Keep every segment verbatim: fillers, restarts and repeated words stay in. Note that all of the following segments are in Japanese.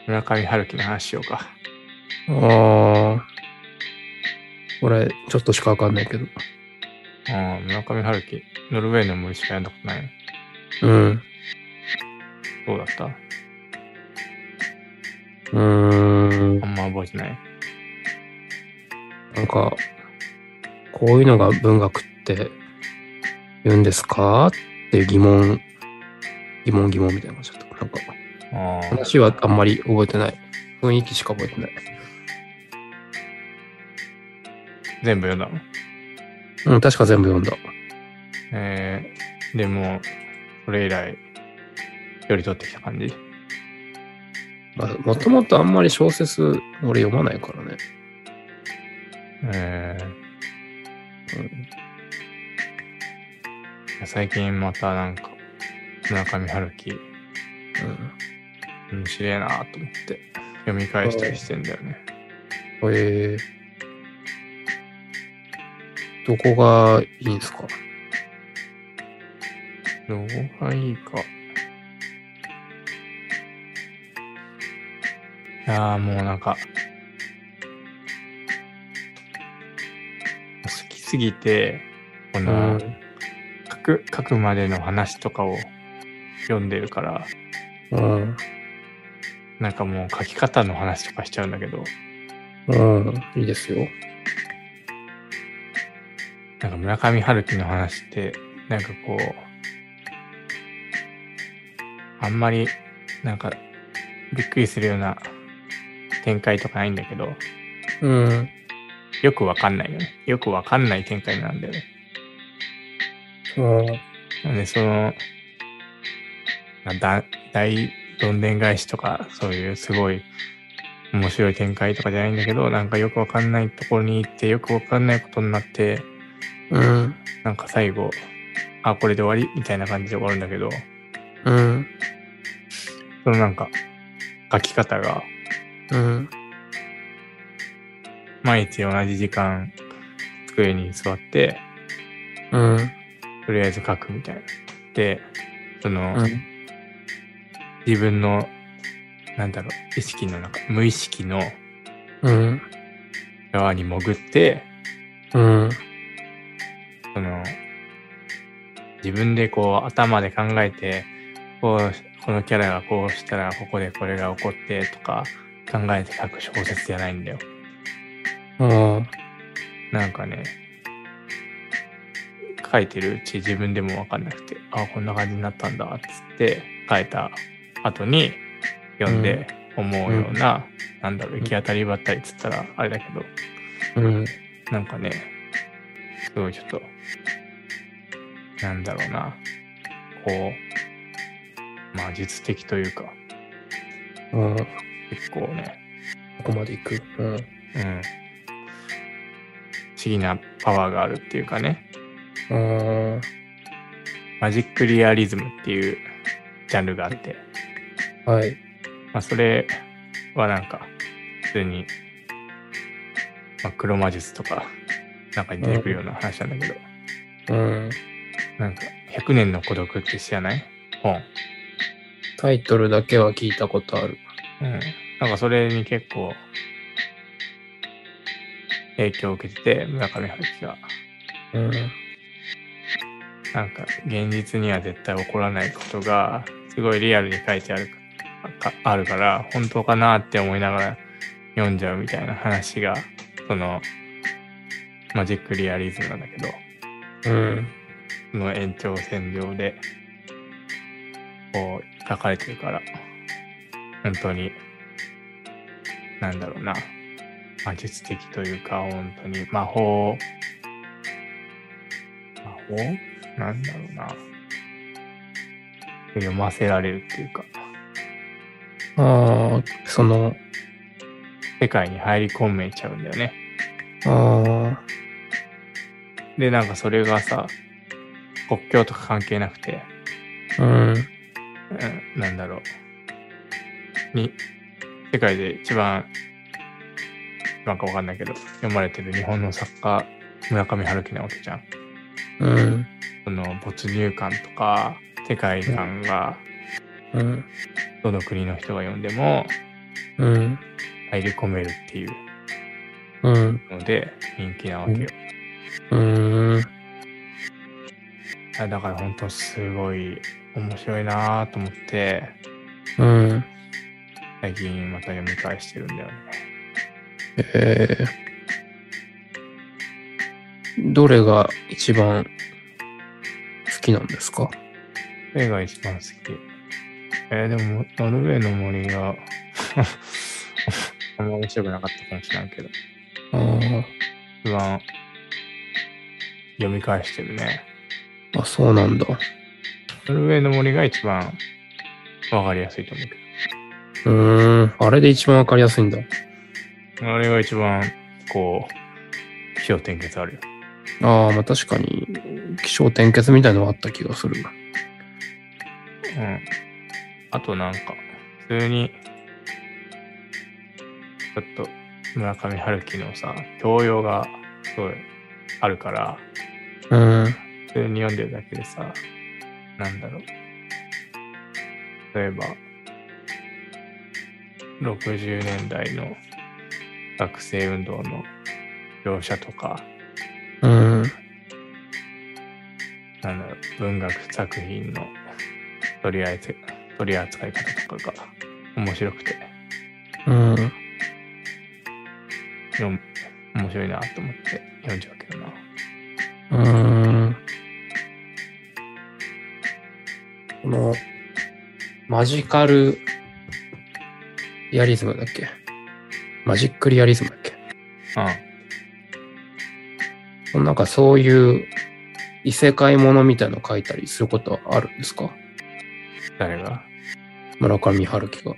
村上春樹の話しようか。 ああ。俺、ちょっとしかわかんないけど。 ああ、村上春樹、ノルウェーの森しか読んだことないの。 うん。 どうだった？ うーん。 あんま覚えてない。 なんか、こういうのが文学って言うんですかっていう疑問、疑問疑問みたいな感じだった。なんか、 ああ、 話はあんまり覚えてない。雰囲気しか覚えてない。 全部読んだの？ うん、確か全部読んだ。 えー、でも、それ以来、より取ってきた感じ。 まあ、もともとあんまり小説、俺読まないからね。 えうん、 ー、最近またなんか、村上春樹、面白いなと思って読み返したりしてんだよね。 うん。えー、どこがいいんすか？ どこがいいか。いやーもうなんか、好きすぎて、この、 うん書く、書くまでの話とかを読んでるから、 うん。 なんかもう書き方の話とかしちゃうんだけど、 うん。いいですよ。 なんか村上春樹の話って、なんかこう、あんまり、なんか、びっくりするような展開とかないんだけど、 うん。 よくわかんないよね。よくわかんない展開なんだよね。 うん。 なんで、その、だ大どんでん返しとか、そういうすごい面白い展開とかじゃないんだけど、なんかよくわかんないところに行って、よくわかんないことになって、 うん。 なんか最後、あ、これで終わりみたいな感じで終わるんだけど、 うん。 そのなんか、書き方が、 うん。 毎日同じ時間、机に座って、 うん。 とりあえず書くみたいな。で、その、 うん。 自分の、なんだろう、意識の中、無意識のうん。 側に潜って、 うん。 その、自分でこう頭で考えて、こう、このキャラがこうしたらここでこれが起こってとか考えて書く小説じゃないんだよ。 あなんかね、書いてるうち自分でもわかんなくて、あ、こんな感じになったんだっつって書いた後に読んで思うような、うん、なんだろう、行き当たりばったりっつったらあれだけど、 うん。 なんかね、すごいちょっと、なんだろうな、こう、魔術的というか、 うん。 結構ね、 ここまで行く。うん。うん。 不思議なパワーがあるっていうかね、 あマジックリアリズムっていうジャンルがあって、 はい。 まあそれはなんか普通に、まあ、黒魔術とかなんかに出てくるような話なんだけど、 うん。 なんかひゃくねんの孤独って知らない？本。 タイトルだけは聞いたことある。 うん。なんかそれに結構影響を受けてて、村上春樹が。 うん。 なんか現実には絶対起こらないことがすごいリアルに書いてあるかあるから本当かなって思いながら読んじゃうみたいな話がそのマジックリアリズムなんだけど、 うん。 その延長線上でこう書かれてるから本当になんだろうな、魔術的というか本当に魔法魔法なんだろうな、読ませられるっていうか、 ああ、その、 世界に入り込めちゃうんだよね。 ああ。 で、なんかそれがさ、国境とか関係なくて、 うん。 うん、なんだろう。に、世界で一番、なんかわかんないけど、読まれてる日本の作家、村上春樹なわけじゃん。 うん。 その没入感とか、世界観が、 うん。 どの国の人が読んでも、 うん。 入り込めるっていううん。 ので人気なわけよ。 うーん。 あだから本当すごい面白いなと思ってうん。 最近また読み返してるんだよね。 えー、どれが一番好きなんですか？ それが一番好き。えー、でもノルウェーの森があんま面白くなかったかもしれないけど、 あ一番読み返してるね。 あ、あ、そうなんだ。 ノルウェーの森が一番わかりやすいと思うけうーん。あれで一番わかりやすいんだ。 ど。あれが一番こう、起承転結あるよ。 ああ、まあ確かに、起承転結みたいなのがあった気がする。 うん。あとなんか、普通に、ちょっと村上春樹のさ、教養がすごいあるから、 うん。 普通に読んでるだけでさ、なんだろう。例えば、ろくじゅうねんだいの学生運動の描写とか、 うん。 なんだろう、文学作品の取りあえず取り扱い方とかが面白くて、 うん。 読む面白いなと思って読んじゃうけどな。 うーん。この、マジカルリアリズムだっけ？マジックリアリズムだっけ？ うん。 なんかそういう異世界ものみたいなの書いたりすることはあるんですか？ 誰が？ 村上春樹が。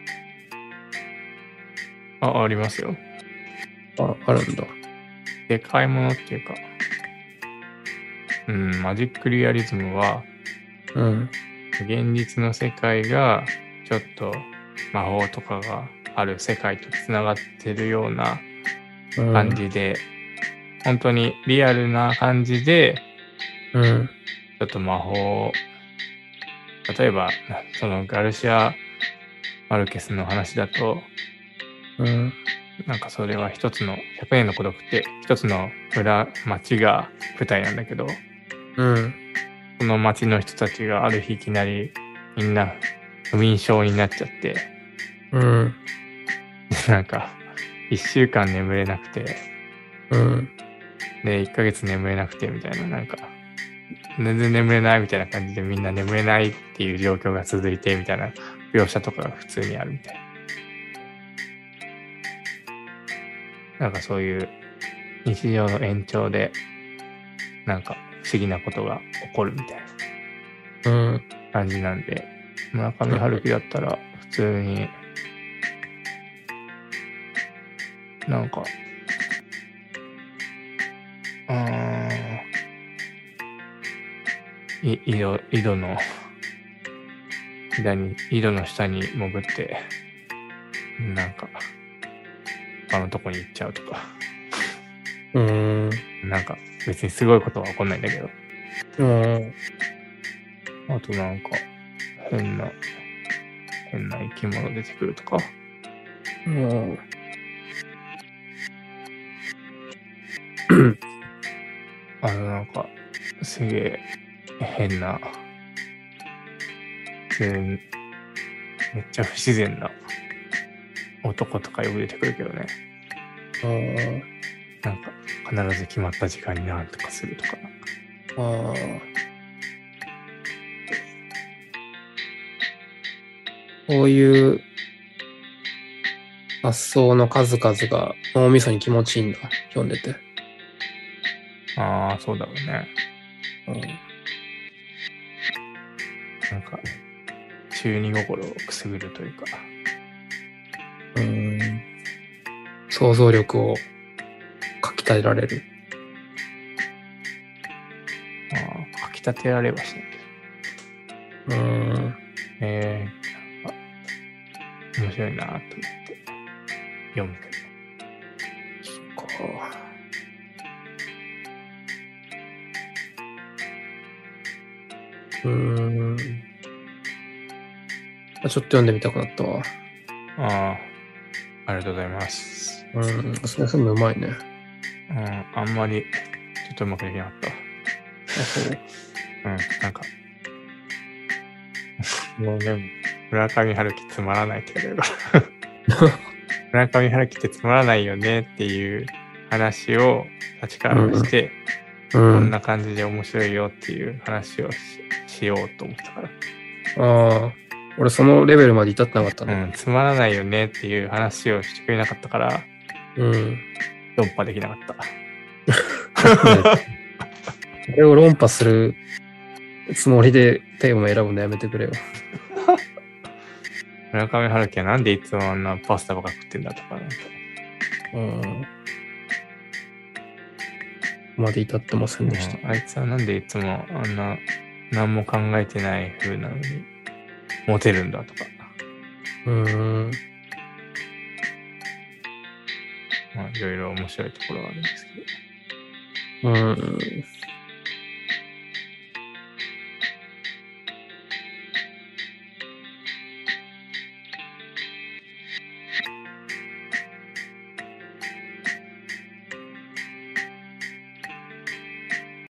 あ、ありますよ。 あ、あるんだ。 でかいものっていうか、うん、マジックリアリズムは、 うん。 現実の世界がちょっと魔法とかがある世界とつながってるような感じで、うん、本当にリアルな感じで、 うん、 ちょっと魔法、例えばそのガルシア・マルケスの話だと、 うん、 なんかそれは一つのひゃくねんの孤独って一つの村町が舞台なんだけど、 うん、 その町の人たちがある日いきなりみんな不眠症になっちゃって、 うん、 なんかいっしゅうかん眠れなくて、 うん、 でいっかげつ眠れなくてみたいな、なんか全然眠れないみたいな感じでみんな眠れないっていう状況が続いてみたいな描写とかが普通にあるみたいな。なんかそういう日常の延長でなんか不思議なことが起こるみたいな感じなんで、村上春樹だったら普通になんかうーんい井戸井戸の下に井戸の下に潜ってなんか他のとこに行っちゃうとか、 うん、 なんか別にすごいことは起こんないんだけど、 うん、 あとなんか変な変な生き物出てくるとか、 うん、 あのなんかすげえ変な普通にめっちゃ不自然な男とかよく出てくるけどね。なんか必ず決まった時間になんとかするとかなんか。 ああ。こういう発想の数々が脳みそに気持ちいいんだ。読んでて。 ああ、そうだろうね。 うん、 なんか中二心をくすぐるというか。 うん。想像力をかきたえられる。 ああ、かきたてられはしないけど。 うん。 えー、なんか面白いなと思って読むけど。 そっか。うーん。ちょっと読んでみたくなったわ。 ああ。 ありがとうございます。 うん、それすんのうまいね。 うん、あんまり、ちょっとうまくできなかった。 あ、そう。 うん、なんか、もうでも、村上春樹つまらないって言われるから。村上春樹ってつまらないよねっていう話を立川がして、 うん、 こんな感じで面白いよっていう話を し, しようと思ったから。 ああ、俺そのレベルまで至ってなかったね。 うん、つまらないよねっていう話をしてくれなかったから、 うん。 論破できなかった。 これを論破するつもりでテーマ選ぶのやめてくれよ。 村上春樹はなんでいつもあんなパスタばっか食ってんだとか、なんか。 うん。まで至ってませんでした。 うん、あいつはなんでいつもあんな何も考えてない風なのにモテるんだとか。 うーん。 まあいろいろ面白いところはあるんですけど。 うん。